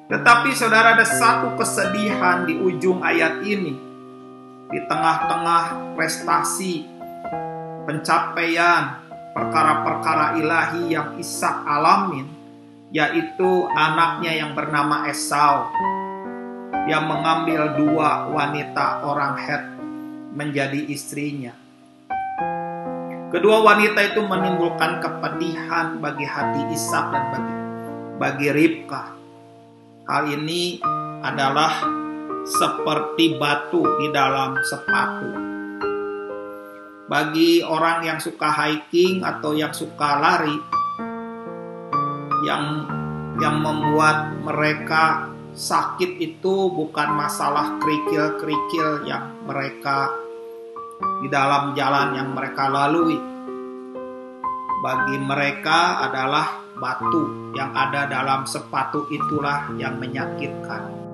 Tetapi saudara, ada satu kesedihan di ujung ayat ini. Di tengah-tengah prestasi, pencapaian, perkara-perkara ilahi yang Ishak alamin, yaitu anaknya yang bernama Esau, yang mengambil 2 wanita orang Het menjadi istrinya. Kedua wanita itu menimbulkan kepedihan bagi hati Ishak dan bagi Ribka. Hal ini adalah seperti batu di dalam sepatu. Bagi orang yang suka hiking atau yang suka lari, yang membuat mereka sakit itu bukan masalah kerikil-kerikil yang mereka di dalam jalan yang mereka lalui. Bagi mereka adalah batu yang ada dalam sepatu itulah yang menyakitkan.